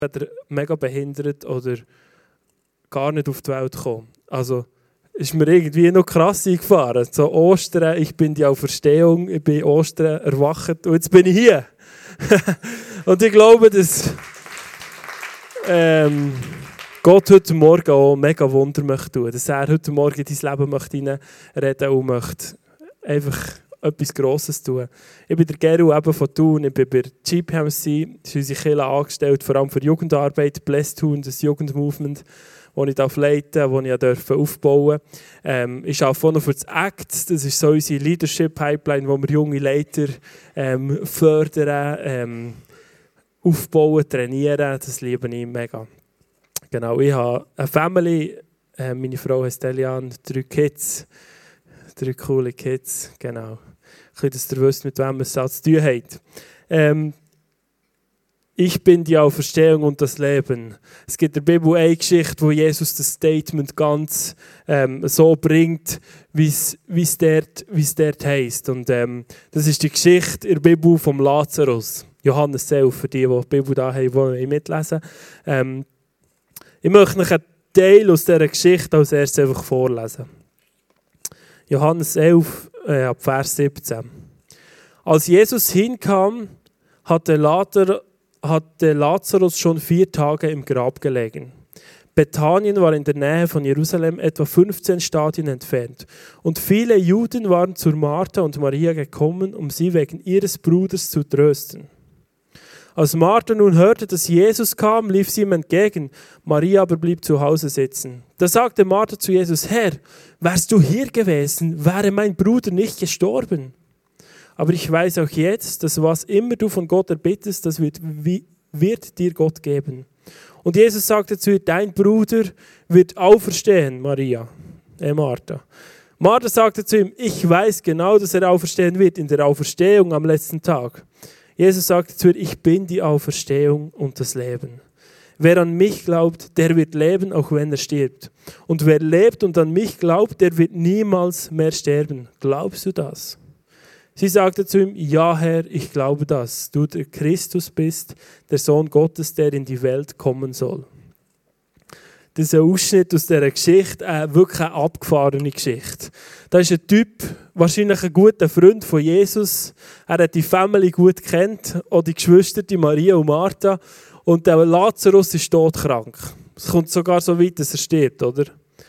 entweder mega behindert oder gar nicht auf die Welt gekommen. Also ist mir irgendwie noch krass eingefahren. So Ostern, ich bin die Auferstehung, ich bin Ostern erwacht und jetzt bin ich hier. Und ich glaube, dass Gott heute Morgen auch mega Wunder möchte tun. Dass er heute Morgen in dein Leben möchte hineinreden und möchte einfach etwas Grosses tun. Ich bin der Geru eben von Thun, ich bin bei GPMC, das ist unsere Kirche angestellt, vor allem für Jugendarbeit, Blessed Thun, das Jugendmovement, das ich leiten darf, das ich aufbauen durfte. Ich arbeite auch noch für das ACT, das ist so unsere Leadership-Pipeline, wo wir junge Leiter fördern, aufbauen, trainieren, das liebe ich mega. Genau, ich habe eine Family, meine Frau heißt Eliane, 3 Kids, 3 coole Kids, genau. Dass ihr wisst, mit wem ihr es zu tun habt. Ich bin die Auferstehung und das Leben. Es gibt in der Bibel eine Geschichte, wo Jesus das Statement ganz so bringt, wie es dort heisst. Und das ist die Geschichte in der Bibel vom Lazarus. Johannes 11, für die Bibel da haben, die mitlesen. Ich möchte euch einen Teil aus dieser Geschichte als erstes einfach vorlesen. Johannes 11, ab Vers 17. Als Jesus hinkam, hatte Lazarus schon 4 Tage im Grab gelegen. Bethanien war in der Nähe von Jerusalem etwa 15 Stadien entfernt. Und viele Juden waren zu Martha und Maria gekommen, um sie wegen ihres Bruders zu trösten. Als Martha nun hörte, dass Jesus kam, lief sie ihm entgegen. Maria aber blieb zu Hause sitzen. Da sagte Martha zu Jesus: Herr, wärst du hier gewesen, wäre mein Bruder nicht gestorben. Aber ich weiß auch jetzt, dass was immer du von Gott erbittest, das wird dir Gott geben. Und Jesus sagte zu ihr: Dein Bruder wird auferstehen, Martha. Martha sagte zu ihm: Ich weiß genau, dass er auferstehen wird in der Auferstehung am letzten Tag. Jesus sagte zu ihr: Ich bin die Auferstehung und das Leben. Wer an mich glaubt, der wird leben, auch wenn er stirbt. Und wer lebt und an mich glaubt, der wird niemals mehr sterben. Glaubst du das? Sie sagte zu ihm: Ja, Herr, ich glaube, dass du der Christus bist, der Sohn Gottes, der in die Welt kommen soll. Das ist ein Ausschnitt aus dieser Geschichte, wirklich eine abgefahrene Geschichte. Da ist ein Typ, wahrscheinlich ein guter Freund von Jesus. Er hat die Familie gut gekannt, auch die Geschwister, die Maria und Martha. Und der Lazarus ist todkrank. Es kommt sogar so weit, dass er stirbt, oder?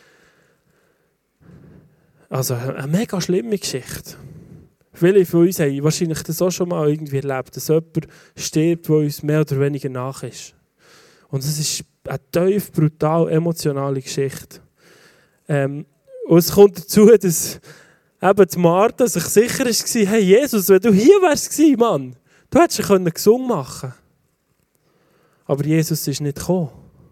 Also eine mega schlimme Geschichte. Viele von uns haben wahrscheinlich das auch schon mal irgendwie erlebt, dass jemand stirbt, der uns mehr oder weniger nach ist. Und es ist eine tief, brutal emotionale Geschichte. Und es kommt dazu, dass eben die Martha sich sicher war: Hey Jesus, wenn du hier wärst, Mann, du hättest ja gesungen machen. Aber Jesus ist nicht gekommen.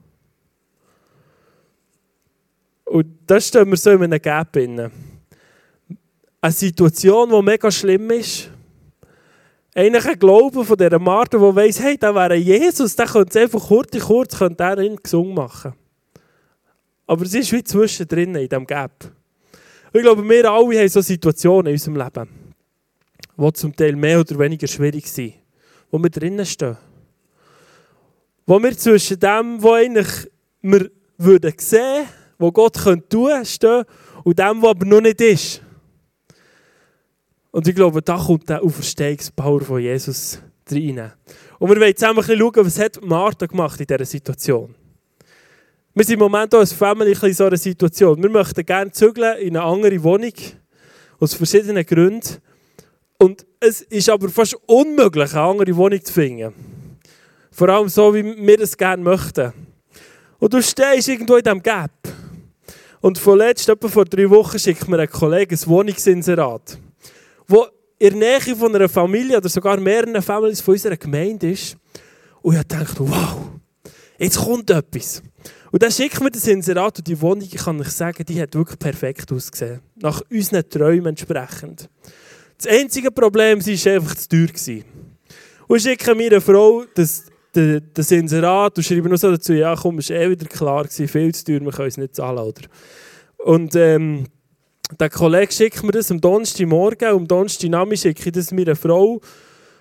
Und da stehen wir so in einem Gap drin. Eine Situation, die mega schlimm ist. Eigentlich ein Glaube von dieser Martha, die weiss, hey, da wäre Jesus, der könnte es einfach kurz gesungen machen. Aber es ist wie zwischendrin in diesem Gap. Und ich glaube, wir alle haben so Situationen in unserem Leben, die zum Teil mehr oder weniger schwierig sind, wo wir drinnen stehen. Wo wir zwischen dem, was eigentlich wir würden sehen, was Gott tun könnte, stehen, und dem, was aber noch nicht ist. Und ich glaube, da kommt der Auferstehungspower von Jesus rein. Und wir wollen zusammen ein bisschen schauen, was hat Martha gemacht in dieser Situation. Wir sind im Moment auch als Family in so einer Situation. Wir möchten gerne zügeln in eine andere Wohnung, aus verschiedenen Gründen. Und es ist aber fast unmöglich, eine andere Wohnung zu finden. Vor allem so, wie wir es gerne möchten. Und du stehst irgendwo in diesem Gap. Und etwa vor 3 Wochen schickt mir ein Kollege ein Wohnungsinserat, wo in der Nähe von einer Familie oder sogar mehreren Familien von unserer Gemeinde ist. Und ich dachte, wow, jetzt kommt etwas. Und dann schickt mir das Inserat und die Wohnung, ich kann euch sagen, die hat wirklich perfekt ausgesehen. Nach unseren Träumen entsprechend. Das einzige Problem war einfach zu teuer. Und ich schicke meiner Frau das Inserat und schreibe noch so dazu: Ja, komm, es war wieder klar, viel zu teuer, wir können es nicht zahlen, oder? Und der Kollege schickt mir das am Donnerstagmorgen, am Donnerstagnachmittag schicke ich das meiner Frau.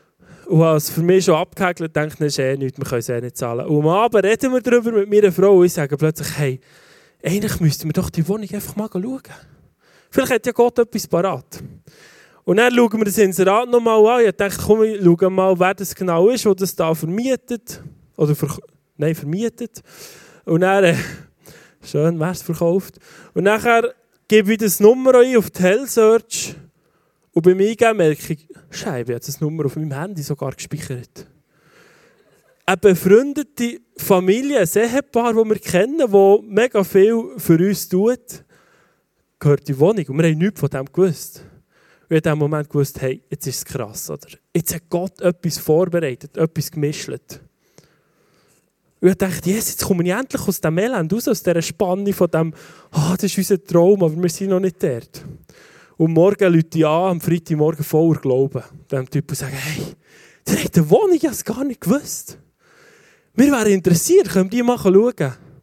Und habe es für mich schon abgehäkelt und dachte, das ist eh nichts, wir können es eh nicht zahlen. Und am Abend reden wir darüber mit meiner Frau und ich sage plötzlich, hey, eigentlich müssten wir doch die Wohnung einfach mal schauen. Vielleicht hat ja Gott etwas parat. Und dann schauen wir das Inserat nochmal an. Ich dachte, komm, wir schauen mal, wer das genau ist, der das da vermietet. Oder vermietet. Und dann, schön, wer es verkauft. Und nachher gebe ich das Nummer ein auf die Hellsearch. Und beim Eingeben merke ich, Scheibe, ich habe das Nummer auf meinem Handy sogar gespeichert. Eine befreundete Familie, ein Ehepaar, das wir kennen, das mega viel für uns tut, gehört die Wohnung. Und wir haben nichts von dem gewusst. Und in dem Moment gewusst, hey, jetzt ist es krass, oder? Jetzt hat Gott etwas vorbereitet, etwas gemischt. Und ich dachte, yes, jetzt komme ich endlich aus dem Elend raus, aus dieser Spanne von dem, das ist unser Traum, aber wir sind noch nicht dort. Und morgen rufe ich an, am Freitagmorgen voller Glauben, dem Typ und sage, hey, der hat eine Wohnung, ich habe es gar nicht gewusst. Wir wären interessiert, können die mal schauen?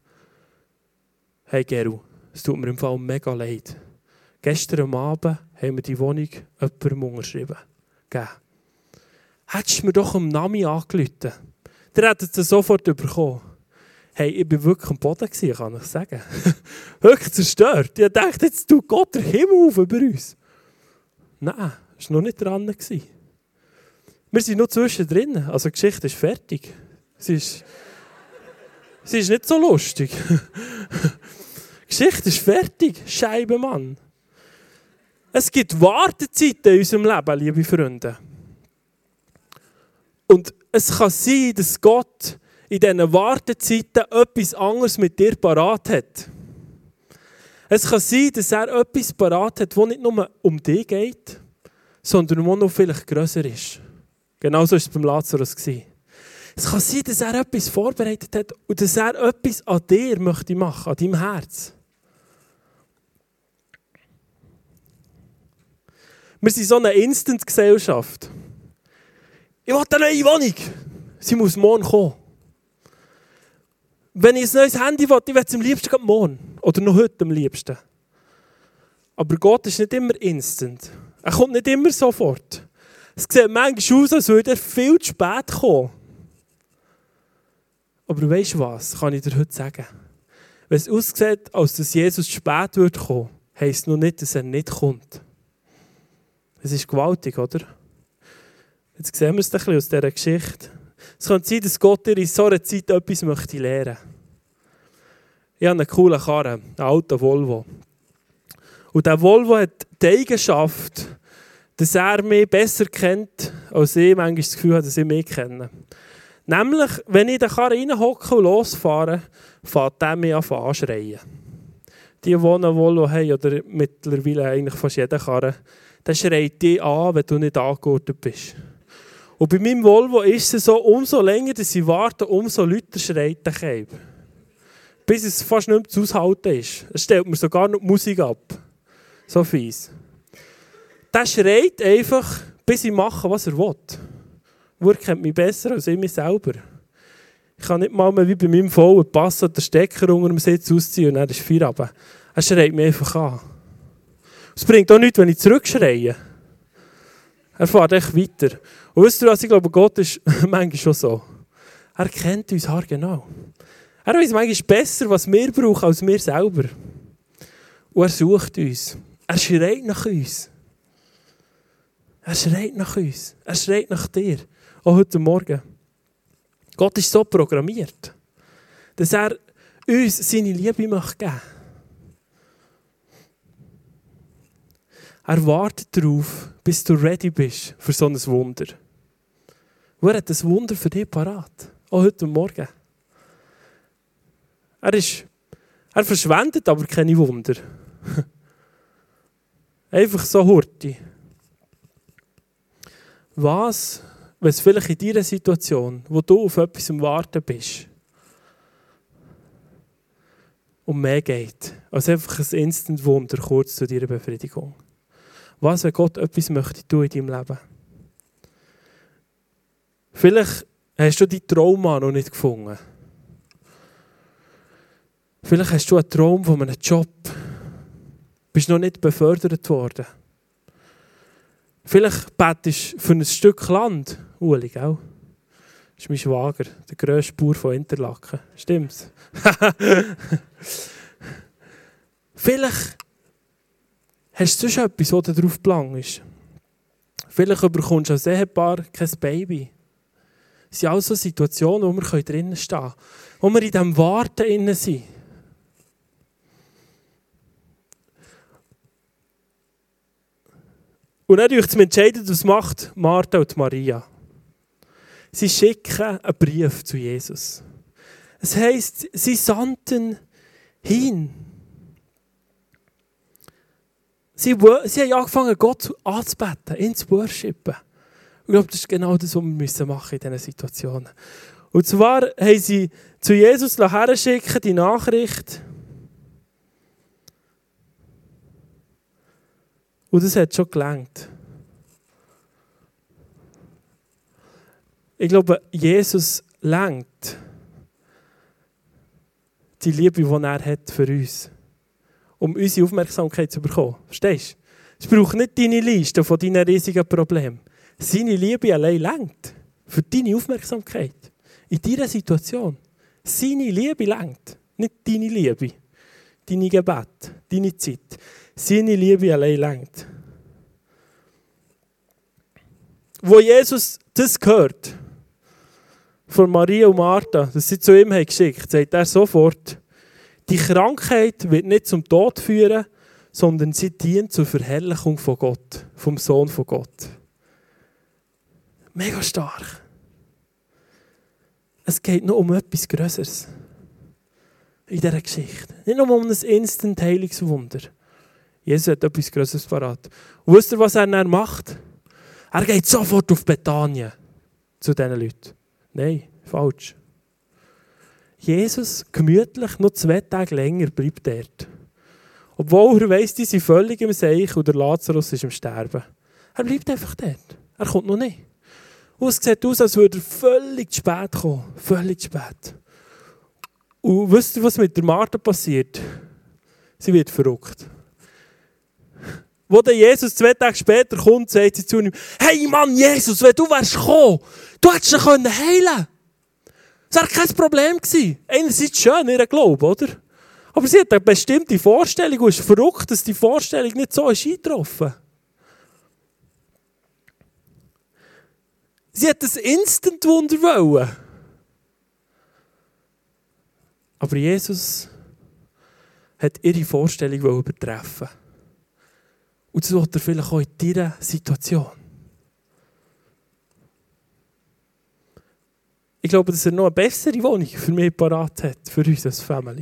Hey Geru, es tut mir im Fall mega leid. Gestern am Abend haben wir die Wohnung jemandem unterschrieben. Hättest du mir doch am Nami angerufen, der hätte es sofort bekommen. Hey, ich war wirklich am Boden, kann ich sagen. Wirklich zerstört. Ich dachte, jetzt tut Gott den Himmel auf über uns. Nein, das war noch nicht dran. Wir sind noch zwischendrin. Also die Geschichte ist fertig. Sie ist nicht so lustig. Die Geschichte ist fertig. Scheibe, Mann. Es gibt Wartezeiten in unserem Leben, liebe Freunde. Und es kann sein, dass Gott in diesen Wartezeiten etwas anderes mit dir parat hat. Es kann sein, dass er etwas parat hat, das nicht nur um dich geht, sondern das noch vielleicht grösser ist. Genauso war es beim Lazarus. Es kann sein, dass er etwas vorbereitet hat und dass er etwas an dir möchte machen, an deinem Herz. Wir sind so eine Instant-Gesellschaft. Ich will eine neue Wohnung. Sie muss morgen kommen. Wenn ich ein neues Handy will, ich will es am liebsten morgen. Oder noch heute am liebsten. Aber Gott ist nicht immer instant. Er kommt nicht immer sofort. Es sieht manchmal aus, als würde er viel zu spät kommen. Aber weißt du was, kann ich dir heute sagen? Wenn es aussieht, als dass Jesus spät wird kommen, heisst es noch nicht, dass er nicht kommt. Es ist gewaltig, oder? Jetzt sehen wir es ein bisschen aus dieser Geschichte. Es kann sein, dass Gott dir in so einer Zeit etwas lernen möchte. Ich habe einen coolen Karren, einen alten Volvo. Und dieser Volvo hat die Eigenschaft, dass er mich besser kennt, als ich manchmal das Gefühl habe, dass ich mich kenne. Nämlich, wenn ich in den Karren reinhocke und losfahre, fängt er mich an anzuschreien. Die, die einen Volvo haben, oder mittlerweile eigentlich fast jeder Karren, der schreit dich an, wenn du nicht angeordnet bist. Und bei meinem Volvo ist es so, umso länger dass ich warte, umso lauter schreit der Keib. Bis es fast nicht mehr zu aushalten ist. Es stellt mir sogar noch die Musik ab. So fies. Der schreit einfach, bis ich mache, was er will. Er kennt mich besser als ich mich selber. Ich kann nicht mal mehr wie bei meinem vollen Pass den Stecker unter dem Sitz ausziehen und dann ist Feierabend. Er schreit mich einfach an. Es bringt auch nichts, wenn ich zurückschreie. Er fährt echt weiter. Und wisst ihr was, ich glaube, Gott ist manchmal schon so. Er kennt uns haargenau. Er weiß manchmal besser, was wir brauchen, als wir selber. Und er sucht uns. Er schreit nach uns. Er schreit nach uns. Er schreit nach dir. Auch heute Morgen. Gott ist so programmiert, dass er uns seine Liebe geben möchte. Er wartet darauf, bis du ready bist für so ein Wunder. Und er hat ein Wunder für dich parat. Auch heute Morgen. Er verschwendet aber keine Wunder. Einfach so Hurti. Was, wenn es vielleicht in deiner Situation, wo du auf etwas am Warten bist, um mehr geht, als einfach ein Instant-Wunder kurz zu deiner Befriedigung? Was, wenn Gott etwas möchte tun in deinem Leben? Vielleicht hast du deinen Traum noch nicht gefunden. Vielleicht hast du einen Traum von einem Job. Bist noch nicht befördert worden. Vielleicht betest du für ein Stück Land, Uli, gell? Das ist mein Schwager, der grösste Bauer von Interlaken. Stimmt's? Vielleicht hast du sonst etwas, wo du drauf belangst. Vielleicht bekommst du als Ehepaar kein Baby. Das sind alles so Situationen, wo wir drinnen stehen können. Wo wir in diesem Warten innen sind. Und dann durch das Entscheiden, was macht Martha und Maria. Sie schicken einen Brief zu Jesus. Es heisst, sie sandten hin. Sie haben angefangen, Gott anzubeten, ihn zu worshipen. Ich glaube, das ist genau das, was wir machen in diesen Situationen. Und zwar haben sie zu Jesus herschicken, die Nachricht. Und das hat schon gelangt. Ich glaube, Jesus lenkt die Liebe, die er hat für uns, um unsere Aufmerksamkeit zu bekommen. Verstehst du? Es braucht nicht deine Liste von deinen riesigen Problemen. Seine Liebe allein lenkt für deine Aufmerksamkeit. In dieser Situation. Seine Liebe lenkt. Nicht deine Liebe. Deine Gebet. Deine Zeit. Seine Liebe allein lenkt. Wo Jesus das hört, von Maria und Martha, dass sie zu ihm geschickt haben, sagt er sofort, die Krankheit wird nicht zum Tod führen, sondern sie dient zur Verherrlichung von Gott, vom Sohn von Gott. Mega stark. Es geht noch um etwas Größeres in dieser Geschichte. Nicht nur um ein Instant-Heilungswunder. Jesus hat etwas Größeres parat. Und wisst ihr, was er dann macht? Er geht sofort auf Bethanien zu diesen Leuten. Nein, falsch. Jesus, gemütlich, noch 2 Tage länger, bleibt dort. Obwohl er weiss, die sind völlig im Seich und der Lazarus ist im Sterben. Er bleibt einfach dort. Er kommt noch nicht. Und es sieht aus, als würde er völlig zu spät kommen. Völlig zu spät. Und wisst ihr, was mit der Martha passiert? Sie wird verrückt. Wo der Jesus 2 Tage später kommt, sagt sie zu ihm, hey Mann, Jesus, wenn du wärst gekommen, du hättest ihn heilen können. Das wäre kein Problem gewesen. Einerseits schön, ihr Glaube, oder? Aber sie hat eine bestimmte Vorstellung und ist verrückt, dass die Vorstellung nicht so ist eingetroffen. Sie hat ein Instant-Wunder wollen. Aber Jesus hat ihre Vorstellung übertreffen. Und das will er vielleicht auch in dieser Situation. Ich glaube, dass er noch eine bessere Wohnung für mich parat hat, für uns als Family.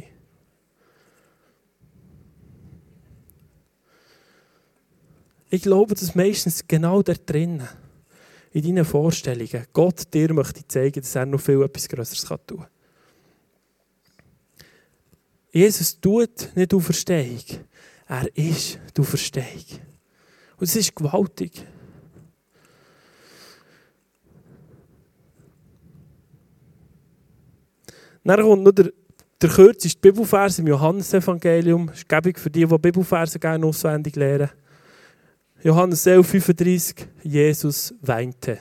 Ich glaube, dass meistens genau da drinnen, in deinen Vorstellungen, Gott dir möchte zeigen, dass er noch viel etwas Größeres tun kann. Jesus tut nicht Auferstehung. Er ist die Auferstehung. Und es ist gewaltig. Dann kommt noch der kürzeste Bibelvers im Johannesevangelium. Das ist gäbig für die Bibelverse gerne auswendig lernen. Johannes 11,35. Jesus weinte.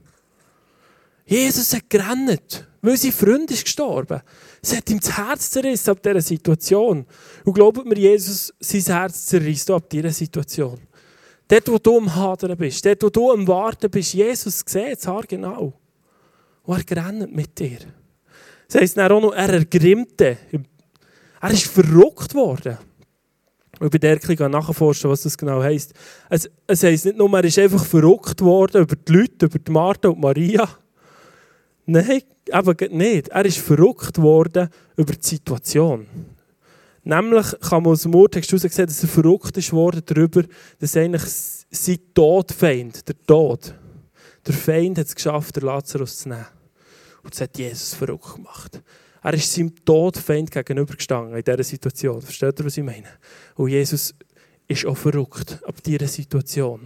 Jesus hat gerannt, weil sein Freund ist gestorben. Es hat ihm das Herz zerrissen ab dieser Situation. Und glaubt mir, Jesus, sein Herz zerrisst ab dieser Situation. Dort, wo du am Hadern bist, dort, wo du am Warten bist, Jesus sieht es haargenau. Und er gerannt mit dir. Das heisst dann auch noch, er ergrimmte. Er ist verrückt worden. Und bei der Erklärung nachforschen, was das genau heisst. Es heisst nicht nur, er ist einfach verrückt worden über die Leute, über die Martha und Maria. Nein, eben nicht. Er ist verrückt worden über die Situation. Nämlich kann man aus dem Urtext heraus sehen, dass er verrückt ist worden darüber, dass eigentlich sein Todfeind, der Tod, der Feind hat es geschafft, den Lazarus zu nehmen. Und das hat Jesus verrückt gemacht. Er ist seinem Todfeind gegenübergestanden in dieser Situation. Versteht ihr, was ich meine? Und Jesus ist auch verrückt ab dieser Situation.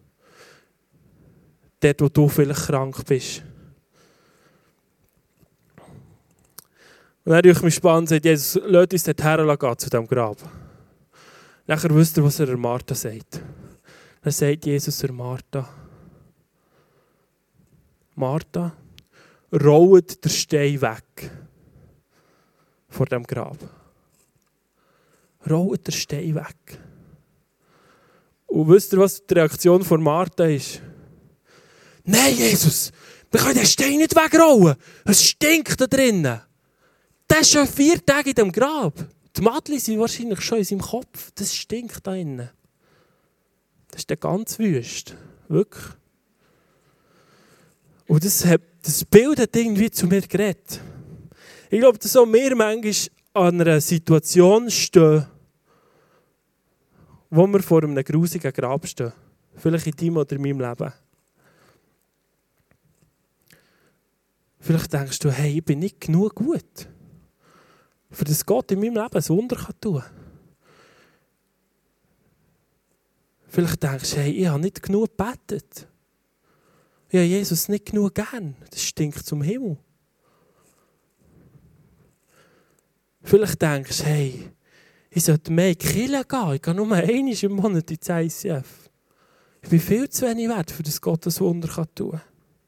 Dort, wo du vielleicht krank bist. Und dann durch mich spannend sagt Jesus, lasst uns dorthin gehen zu diesem Grab. Nachher wisst ihr, was er Martha sagt. Dann sagt Jesus zur Martha: Martha, rollt der Stein weg vor dem Grab. Rollt der Stein weg. Und wisst ihr, was die Reaktion von Martha ist? Nein, Jesus, wir können den Stein nicht wegrollen. Es stinkt da drinnen. Der ist schon 4 Tage in dem Grab. Die Madli sind wahrscheinlich schon in seinem Kopf. Das stinkt da innen. Das ist der ganz wüst. Wirklich. Und das Bild hat irgendwie zu mir geredet. Ich glaube, dass auch wir manchmal an einer Situation stehen, wo wir vor einem grusigen Grab stehen. Vielleicht in deinem oder in meinem Leben. Vielleicht denkst du, hey, ich bin nicht genug gut, für das Gott in meinem Leben ein Wunder tun kann. Vielleicht denkst du, hey, ich habe nicht genug gebetet. Ich habe Jesus nicht genug gern. Das stinkt zum Himmel. Vielleicht denkst du, hey, ich sollte mehr in die Kirche gehen. Ich gehe nur einmal im Monat ins ICF. Ich bin viel zu wenig wert, für das Gott ein Wunder tun kann.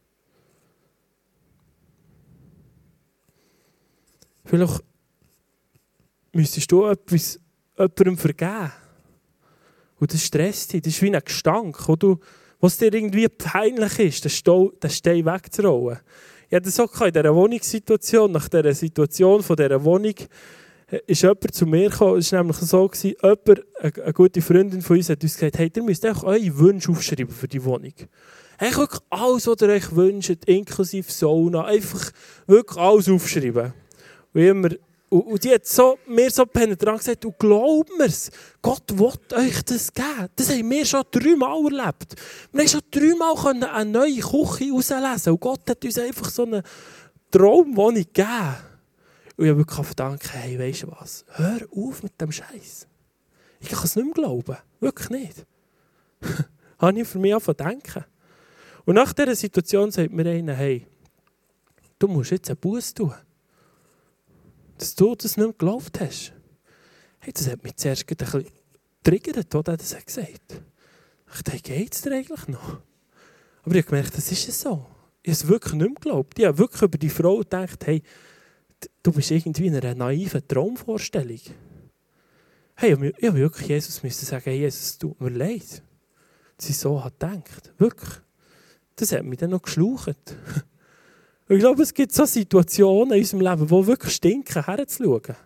Vielleicht müsstest du etwas jemandem vergeben. Und das stresst dich. Das ist wie ein Gestank, was dir irgendwie peinlich ist, den Stein wegzurollen. Ich hatte das auch in dieser Wohnungssituation. Nach dieser Situation von dieser Wohnung ist jemand zu mir gekommen. Es war nämlich so, eine gute Freundin von uns hat uns gesagt, hey, ihr müsst auch eure Wünsche aufschreiben für die Wohnung. Eigentlich wirklich alles, was ihr euch wünscht, inklusive Sauna, einfach wirklich alles aufschreiben. Und die hat mir so penetrant gesagt, du glaub mir's, Gott will euch das geben. Das haben wir schon 3-mal erlebt. Wir haben schon 3-mal eine neue Küche herauslesen und Gott hat uns einfach so eine Traumwohnung gegeben. Und ich habe wirklich gedacht, hey, weisst du was, hör auf mit dem Scheiß. Ich kann es nicht mehr glauben, wirklich nicht. Habe ich für mich angefangen zu denken. Und nach dieser Situation sagt mir einer, hey, du musst jetzt einen Buss tun. Dass du das nicht mehr geglaubt hast. Hey, das hat mich zuerst ein bisschen getriggert, was er das gesagt hat. Ich dachte, hey, geht es dir eigentlich noch? Aber ich habe gemerkt, das ist es so. Ich habe es wirklich nicht mehr geglaubt. Ich habe wirklich über die Frau gedacht, hey, du bist irgendwie in einer naiven Traumvorstellung. Hey, ich habe wirklich Jesus müssen sagen, hey, Jesus, es tut mir leid, dass ich so gedacht. Wirklich. Das hat mich dann noch geschlaucht. Und ich glaube, es gibt so Situationen in unserem Leben, die wirklich stinken, herzuschauen.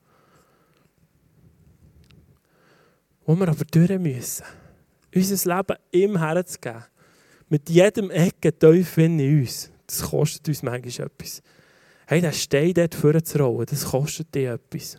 Wo wir aber durch müssen. Unser Leben ihm herzugeben. Mit jedem Ecke tief in uns. Das kostet uns manchmal etwas. Hey, der Stein dort vorzurollen, das kostet dir etwas.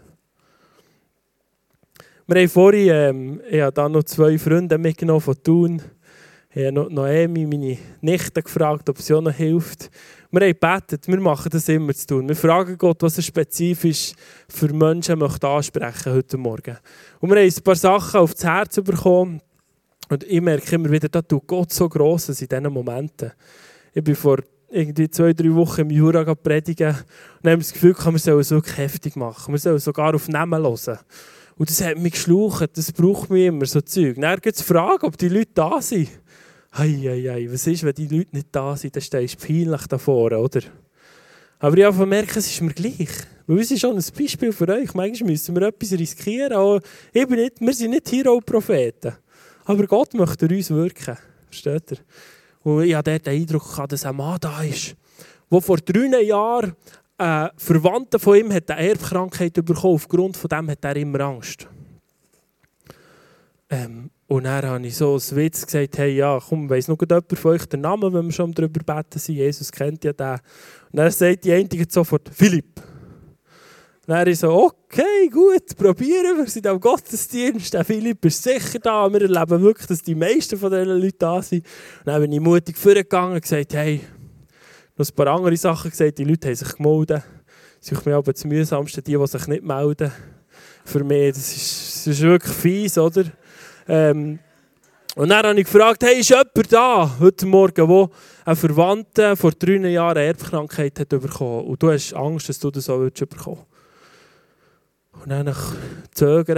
Wir haben vorhin, ich habe da noch 2 Freunde mitgenommen von Thun. Ich habe noch Noemi, meine Nichte, gefragt, ob sie auch noch hilft. Wir haben gebetet, wir machen das immer zu tun. Wir fragen Gott, was er spezifisch für Menschen möchte ansprechen heute Morgen. Und wir haben ein paar Sachen auf das Herz bekommen. Und ich merke immer wieder, da tut Gott so Grosses in diesen Momenten. Ich bin vor irgendwie 2-3 Wochen im Jura predigen und habe das Gefühl, wir sollen es wirklich heftig machen. Wir sollen sogar auf Namen hören. Und das hat mich geschlaucht, das braucht mich immer, so Zeug. Dann gibt es Fragen, ob die Leute da sind. Ei, was ist, wenn die Leute nicht da sind, dann stehst du peinlich da vorne, oder? Aber ich habe gemerkt, es ist mir gleich. Weil es ist schon ein Beispiel für euch. Manchmal müssen wir etwas riskieren. Auch wir sind nicht Hero-Propheten. Aber Gott möchte uns wirken. Versteht ihr? Und ich habe dort den Eindruck, dass ein Mann da ist, der vor 3 Jahren Verwandter von ihm hat eine Erbkrankheit bekommen. Aufgrund von dem hat er immer Angst. Und dann habe ich so als Witz gesagt, hey, ja, komm, weiss noch jemand von euch den Namen, wenn wir schon darüber beten sind. Jesus kennt ja den. Und dann sagt die eine sofort, Philipp. Und dann ich so, okay, gut, probieren wir es in diesem Gottesdienst. Der Philipp ist sicher da. Wir erleben wirklich, dass die meisten von diesen Leuten da sind. Und dann bin ich mutig vorgegangen und gesagt, hey, noch ein paar andere Sachen gesagt. Die Leute haben sich gemeldet. Das ist mir aber das Mühsamste, die sich nicht melden. Für mich, das ist wirklich fies, oder? Und dann habe ich gefragt, hey, ist jemand da heute Morgen, der einen Verwandten vor 3 Jahren eine Erbkrankheit hat bekommen und du hast Angst, dass du das auch bekommen willst? Und dann nach Zögern hat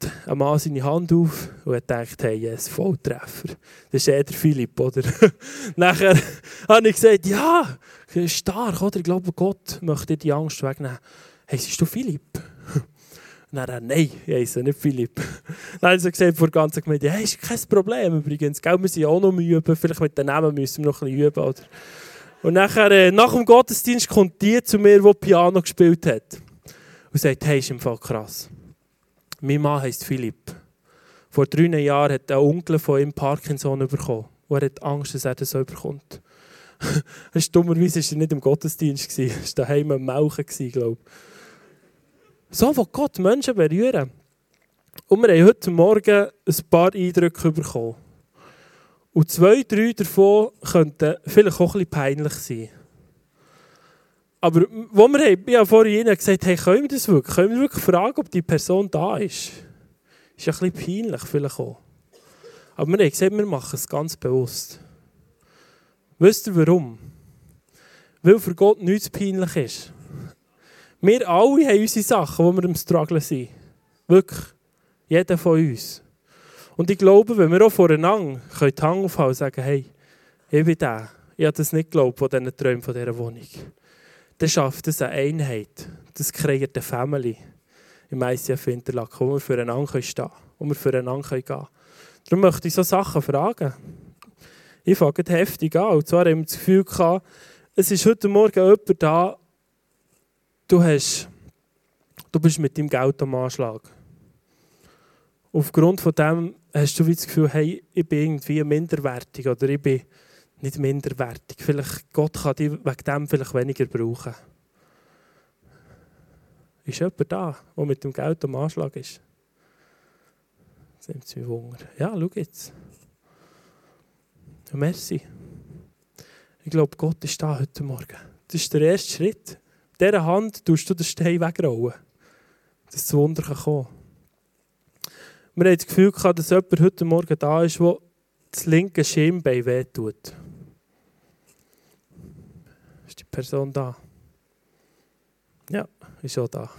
ein Mann seine Hand auf und hat gedacht, hey, yes, Volltreffer. Das ist der Philipp, oder? Nachher habe ich gesagt, ja, stark, oder? Ich glaube, Gott möchte dir die Angst wegnehmen. Hey, bist du Philipp? Nein, ich heisse nicht Philipp. Dann haben sie gesagt vor der ganzen Gemeinde, hey, ist kein Problem übrigens. Gell, wir sind auch noch üben, vielleicht mit den Namen müssen wir noch ein bisschen üben. Oder? Und nachher, nach dem Gottesdienst kommt die zu mir, die Piano gespielt hat. Und sagt, hey, ist im Fall krass. Mein Mann heisst Philipp. Vor 3 Jahren hat ein Onkel von ihm Parkinson bekommen. Und er hat Angst, dass er das so bekommt. Dummerweise war er nicht im Gottesdienst. Er war daheim am Melken, glaube ich. So will Gott Menschen berühren. Und wir haben heute Morgen ein paar Eindrücke bekommen. Und 2, 3 davon könnten vielleicht auch ein bisschen peinlich sein. Aber wo wir haben, ich habe vorhin gesagt, hey, können wir das wirklich? Können wir wirklich fragen, ob die Person da ist? Ist ja ein bisschen peinlich vielleicht auch. Aber wir haben gesagt, wir machen es ganz bewusst. Wisst ihr warum? Weil für Gott nichts peinlich ist. Wir alle haben unsere Sachen, wo wir im Struggle sind. Wirklich. Jeder von uns. Und ich glaube, wenn wir auch voreinander die Hand aufhalten und sagen, hey, ich bin der. Ich habe das nicht geglaubt von diesen Träumen von dieser Wohnung. Dann schafft es eine Einheit. Das kreiert eine Family im ICF Interlaken, wo wir füreinander stehen können, wo wir füreinander gehen können. Darum möchte ich so Sachen fragen. Ich fange heftig an. Und zwar haben wir das Gefühl gehabt, es ist heute Morgen jemand da, du bist mit deinem Geld am Anschlag. Aufgrund von dem hast du das Gefühl, hey, ich bin irgendwie minderwertig oder ich bin nicht minderwertig. Vielleicht Gott kann dich wegen dem vielleicht weniger brauchen. Ist jemand da, der mit dem Geld am Anschlag ist? Das nimmt es mich Wunder. Ja, schau jetzt. Ja, merci. Ich glaube, Gott ist da heute Morgen. Das ist der erste Schritt. Mit dieser Hand tust du den Stein wegrollen, dass das Wunder kommen kann. Wir haben das Gefühl gehabt, dass jemand heute Morgen da ist, der das linke Schienbein wehtut. Ist die Person da? Ja, ist auch da.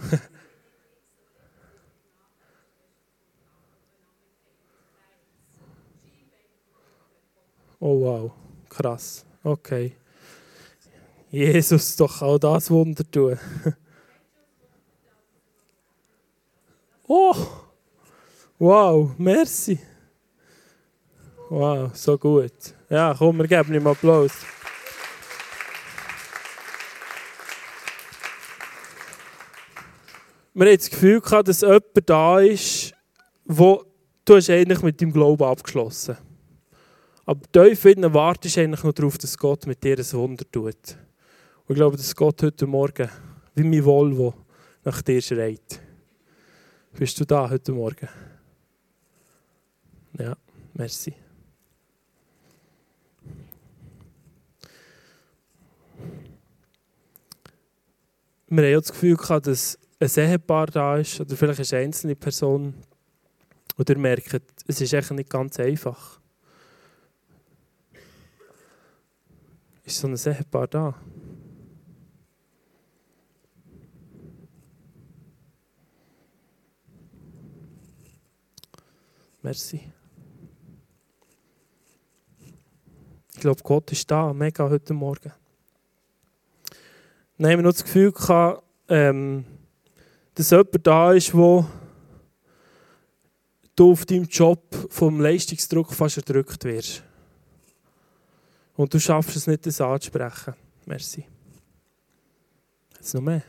Oh wow, krass. Okay. Jesus, doch auch das Wunder tun. Oh, wow, merci. Wow, so gut. Ja, komm, wir geben ihm Applaus. Wir hatten das Gefühl gehabt, dass jemand da ist, wo du hast eigentlich mit deinem Glauben abgeschlossen. Aber tief innen wartest du eigentlich noch darauf, dass Gott mit dir ein Wunder tut. Und ich glaube, dass Gott heute Morgen, wie mein Volvo, nach dir schreit. Bist du da heute Morgen? Ja, merci. Wir haben ja das Gefühl gehabt, dass ein Ehepaar da ist, oder vielleicht ist eine einzelne Person, und ihr merkt, es ist echt nicht ganz einfach. Ist so ein Ehepaar da? Merci. Ich glaube, Gott ist da, mega heute Morgen. Dann haben wir noch das Gefühl gehabt, dass jemand da ist, wo du auf deinem Job vom Leistungsdruck fast erdrückt wirst. Und du schaffst es nicht, das anzusprechen. Merci. Jetzt noch mehr.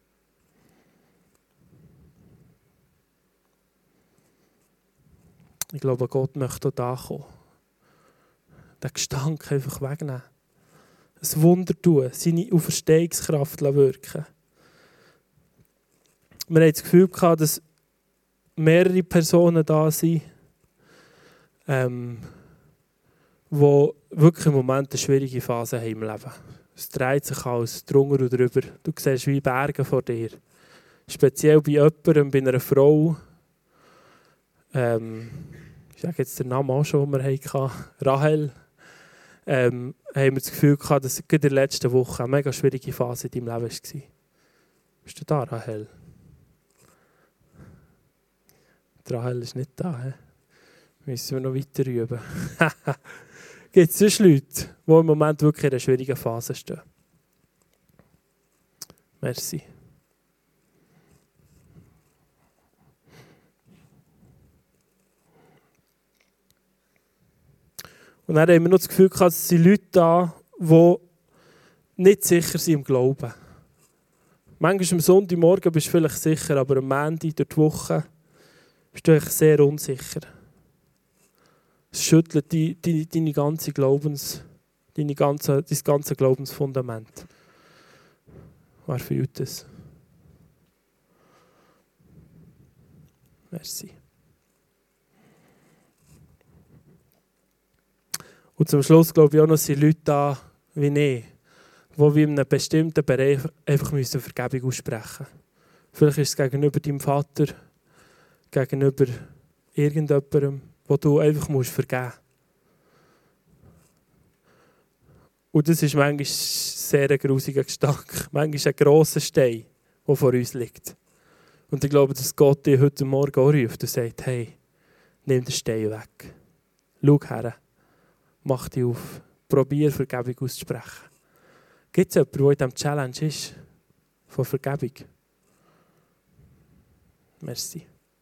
Ich glaube, Gott möchte auch da kommen. Den Gestank einfach wegnehmen. Ein Wunder tun, seine Auferstehungskraft wirken. Wir hatten das Gefühl gehabt, dass mehrere Personen da sind, die wirklich im Moment eine schwierige Phase haben im Leben. Es dreht sich alles drunter und drüber. Du siehst wie Berge vor dir. Speziell bei jemandem, bei einer Frau. Ich sage jetzt den Namen auch schon, den wir hatten. Rahel. Haben wir das Gefühl gehabt, dass in der letzten Woche eine mega schwierige Phase in deinem Leben war. Bist du da, Rahel? Rahel ist nicht da. He? Müssen wir noch weiter üben. Gibt es sonst Leute, die im Moment wirklich in einer schwierigen Phase stehen? Merci. Und dann haben wir noch das Gefühl gehabt, es sind Leute da, die nicht sicher sind im Glauben. Manchmal am Sonntagmorgen bist du vielleicht sicher, aber am Montag durch die Woche bist du eigentlich sehr unsicher. Es schüttelt dein ganze Glaubensfundament. Wer fühlt es? Merci. Und zum Schluss glaube ich auch noch, sind Leute da wie ich, die wie in einem bestimmten Bereich einfach Vergebung aussprechen müssen. Vielleicht ist es gegenüber deinem Vater, gegenüber irgendjemandem, wo du einfach vergeben musst. Und das ist manchmal sehr ein grusiger Gestank. Manchmal ein grosser Stein, der vor uns liegt. Und ich glaube, dass Gott dich heute Morgen auch ruft und sagt, hey, nimm den Stein weg. Schau her. Mach dich auf. Probier Vergebung auszusprechen. Gibt es jemanden, der in diesem Challenge ist? Von Vergebung? Merci.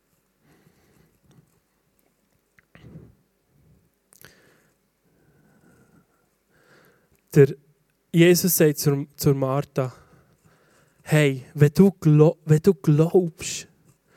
Der Jesus sagt zur Martha, hey, wenn du glaubst,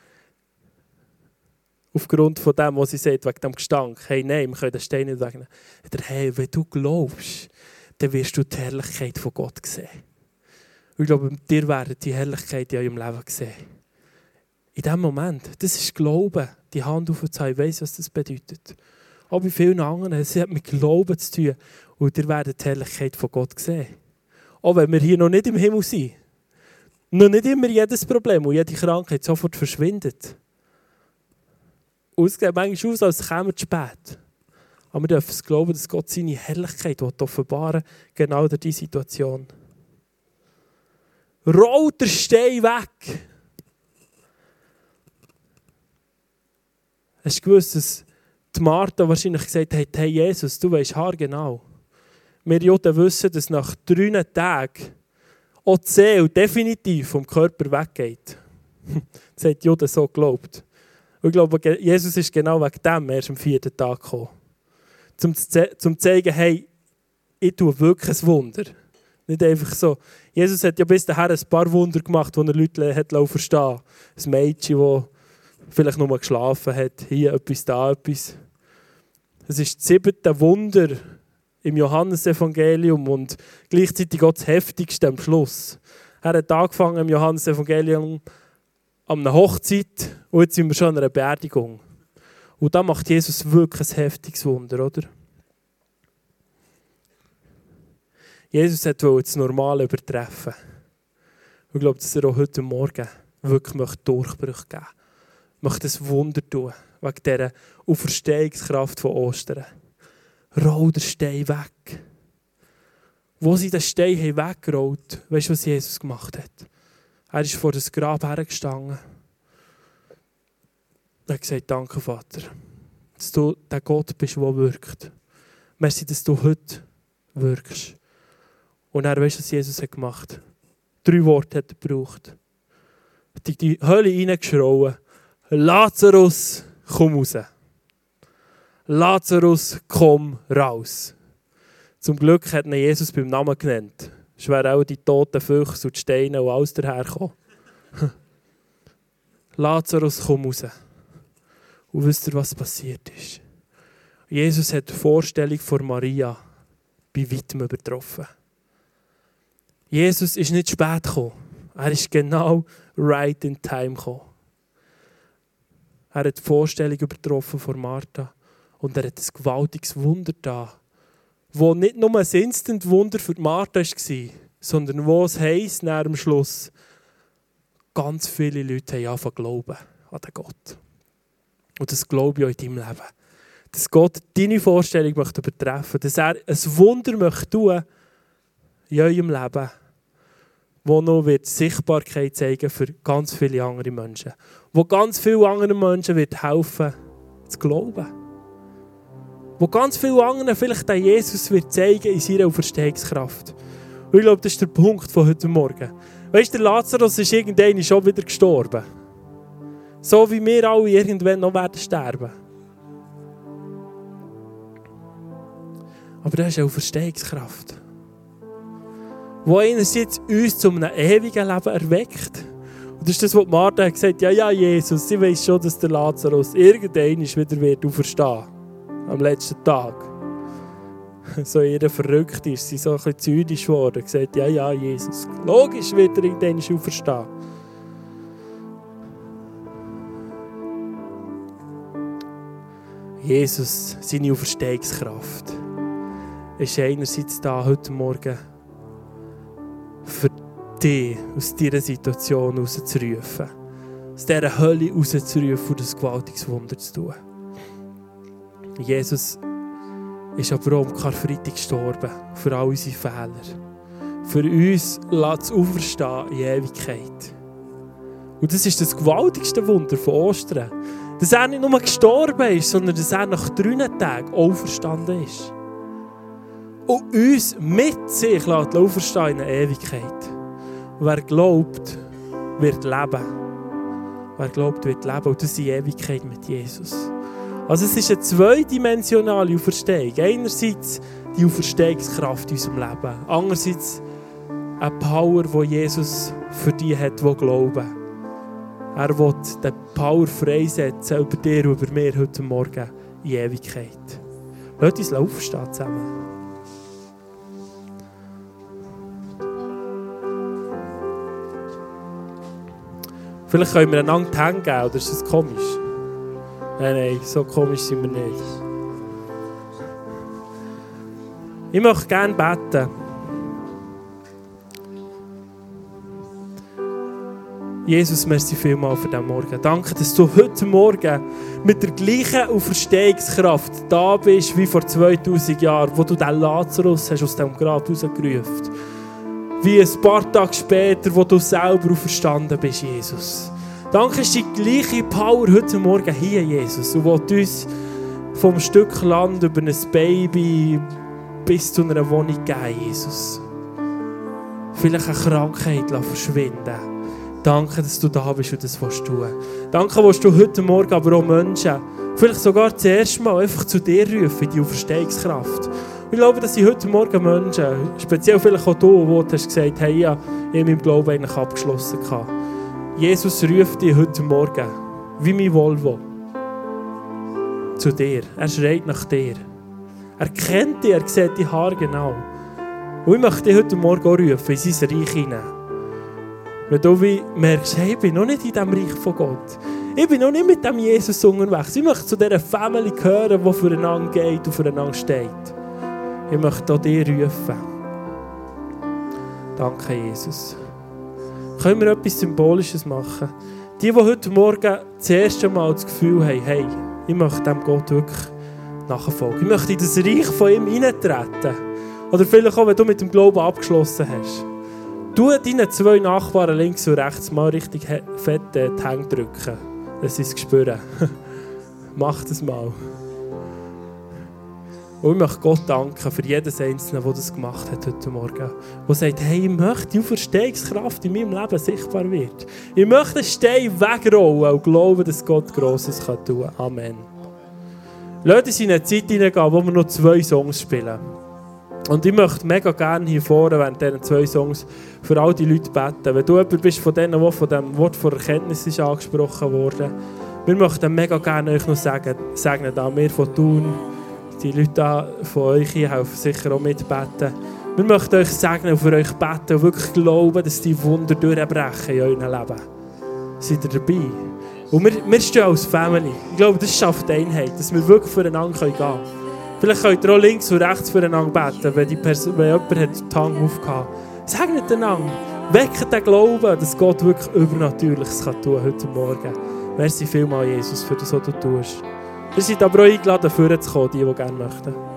aufgrund von dem, was sie sagt, wegen dem Gestank, hey, nein, wir können den Stein nicht wegnehmen. Hey, wenn du glaubst, dann wirst du die Herrlichkeit von Gott sehen. Und ich glaube, dir werden die Herrlichkeit in eurem Leben sehen. In diesem Moment, das ist Glauben, die Hand aufzuhalten, ich weiss, was das bedeutet. Aber bei vielen anderen, es hat mit Glauben zu tun. Und ihr werdet die Herrlichkeit von Gott sehen. Auch wenn wir hier noch nicht im Himmel sind. Noch nicht immer jedes Problem und jede Krankheit sofort verschwindet. Und es sieht manchmal aus, als käme es spät. Aber wir dürfen es glauben, dass Gott seine Herrlichkeit offenbaren will, genau in dieser Situation. Rollt der Stein weg! Hast du gewusst, dass die Martha wahrscheinlich gesagt hat, hey Jesus, du weisst haargenau. Wir Juden wissen, dass nach 3 Tagen auch die Seele definitiv vom Körper weggeht. Das hat die Juden so geglaubt. Und ich glaube, Jesus ist genau wegen dem erst am 4. Tag gekommen. Um zu zeigen, hey, ich tue wirklich ein Wunder. Nicht einfach so. Jesus hat ja bis dahin ein paar Wunder gemacht, die er Leute hat verstehen. Ein Mädchen, das vielleicht nur geschlafen hat. Hier etwas, da etwas. Es ist das 7. Wunder im Johannesevangelium und gleichzeitig auch das heftigste am Schluss. Er hat angefangen im Johannesevangelium an einer Hochzeit und jetzt sind wir schon an einer Beerdigung. Und da macht Jesus wirklich ein heftiges Wunder, oder? Jesus wollte das Normale übertreffen. Ich glaube, dass er auch heute Morgen wirklich Durchbruch geben möchte. Möchte ein Wunder tun, wegen dieser Auferstehungskraft von Ostern. Roll den Stein weg. Wo sie den Stein weggerollt haben, weißt du, was Jesus gemacht hat? Er ist vor das Grab hergestanden. Er hat gesagt, danke Vater, dass du der Gott bist, der wirkt. Merci, dass du heute wirkst. Und er weißt du, was Jesus hat gemacht hat? 3 Worte hat er gebraucht. Er hat in die Hölle hineingeschrien. Lazarus, komm raus. Lazarus, komm raus. Zum Glück hat ihn Jesus beim Namen genannt. Es wären auch die toten Füchse und die Steine und alles dahergekommen. Lazarus, komm raus. Und wisst ihr, was passiert ist? Jesus hat die Vorstellung von Maria bei weitem übertroffen. Jesus ist nicht spät gekommen. Er ist genau right in time gekommen. Er hat die Vorstellung übertroffen von Martha. Und er hat ein gewaltiges Wunder da, wo nicht nur ein Instant-Wunder für Martha war, sondern wo es heisst, nach dem Schluss, ganz viele Leute haben angefangen zu glauben an den Gott. Und das glaube ich auch in deinem Leben. Dass Gott deine Vorstellung möchte übertreffen, dass er ein Wunder möchte tun in eurem Leben, wo noch wird Sichtbarkeit zeigen für ganz viele andere Menschen. Wo ganz viele andere Menschen wird helfen, zu glauben. Wo ganz viele andere vielleicht den Jesus wird zeigen in seiner Auferstehungskraft. Und ich glaube, das ist der Punkt von heute Morgen. Weißt du, der Lazarus ist irgendwann schon wieder gestorben. So wie wir alle irgendwann noch werden sterben. Aber das ist eine Auferstehungskraft, die einerseits uns zu einem ewigen Leben erweckt. Und das ist das, was Martha hat gesagt hat, ja, Jesus, sie weiss schon, dass der Lazarus irgendwann wieder wird auferstehen. Am letzten Tag. So ihr verrückt ist, sie so ein bisschen zynisch geworden. Gesagt, ja, Jesus, logisch wird er irgendwann auferstehen. Jesus, seine Auferstehungskraft, ist einerseits da heute Morgen für dich aus dieser Situation rauszurufen. Aus dieser Hölle rauszurufen und das gewaltiges Wunder zu tun. Jesus ist aber auch am Karfreitag gestorben für all unsere Fehler. Für uns zu auferstehen in Ewigkeit. Und das ist das gewaltigste Wunder von Ostern. Dass er nicht nur gestorben ist, sondern dass er nach 3 Tagen auferstanden ist. Und uns mit sich auferstehen in der Ewigkeit. Und wer glaubt, wird leben. Wer glaubt, wird leben. Und das ist die Ewigkeit mit Jesus. Also es ist eine zweidimensionale Auferstehung. Einerseits die Auferstehungskraft in unserem Leben. Andererseits eine Power, die Jesus für die hat, die glauben. Er will die Power freisetzen über dir und über mir heute Morgen in Ewigkeit. Lass uns aufstehen zusammen. Vielleicht können wir einander die Hände geben, oder ist das komisch? Nein, so komisch sind wir nicht. Ich möchte gerne beten. Jesus, merci vielmals für diesen Morgen. Danke, dass du heute Morgen mit der gleichen Auferstehungskraft da bist wie vor 2000 Jahren, wo du den Lazarus hast aus dem Grab rausgerufen hast. Wie ein paar Tage später, wo du selber auferstanden bist, Jesus. Danke, ist die gleiche Power heute Morgen hier, Jesus. Und will uns vom Stück Land über ein Baby bis zu einer Wohnung geben, Jesus. Vielleicht eine Krankheit verschwinden. Danke, dass du da bist und das tun willst. Danke, dass du heute Morgen aber auch Menschen, vielleicht sogar das erste Mal, einfach zu dir rufen, in die Auferstehungskraft. Ich glaube, dass ich heute Morgen Menschen, speziell vielleicht auch du, wo du hast gesagt, hey, ich habe meinen Glauben eigentlich abgeschlossen. Jesus ruft dich heute Morgen, wie mein Volvo, zu dir. Er schreit nach dir. Er kennt dich, er sieht die Haare genau. Und ich möchte dich heute Morgen auch rufen, in sein Reich hinein. Wenn du merkst, hey, ich bin noch nicht in diesem Reich von Gott. Ich bin noch nicht mit dem Jesus unterwegs. Ich möchte zu dieser Family gehören, die füreinander geht und füreinander steht. Ich möchte auch dir rufen. Danke, Jesus. Können wir etwas Symbolisches machen? Die heute Morgen das erste Mal das Gefühl haben, hey, ich möchte dem Gott wirklich nachfolgen. Ich möchte in das Reich von ihm hineintreten. Oder vielleicht auch, wenn du mit dem Glauben abgeschlossen hast. Du deinen 2 Nachbarn links und rechts mal richtig fett die Hände drücken, dass sie es spüren. Mach das mal. Und ich möchte Gott danken für jedes Einzelne, der das gemacht hat heute Morgen. Der sagt, hey, ich möchte die Auferstehungskraft in meinem Leben sichtbar wird. Ich möchte den Stein wegrollen und glauben, dass Gott Grosses tun kann. Amen. Lass uns in eine Zeit hineingehen, wo wir noch 2 Songs spielen. Und ich möchte mega gerne hier vorne während diesen 2 Songs für all die Leute beten. Wenn du jemand bist von denen, der von dem Wort von Erkenntnis ist angesprochen wurde, wir möchten mega gerne euch noch segnen, da wir von Thun, die Leute da von euch hier helfen sicher auch mitbeten. Wir möchten euch segnen und für euch beten und wirklich glauben, dass die Wunder durchbrechen in eurem Leben. Seid ihr dabei? Und wir stehen als Family. Ich glaube, das schafft Einheit, dass wir wirklich füreinander gehen können. Vielleicht könnt ihr auch links und rechts füreinander beten, wenn jemand die Hand aufgehauen hat. Segnet einander. Weckt den Glauben, dass Gott wirklich Übernatürliches tun kann heute Morgen. Merci vielmals, Jesus, für das, was du tust. Ihr seid aber auch eingeladen, vorzukommen, die gerne möchten.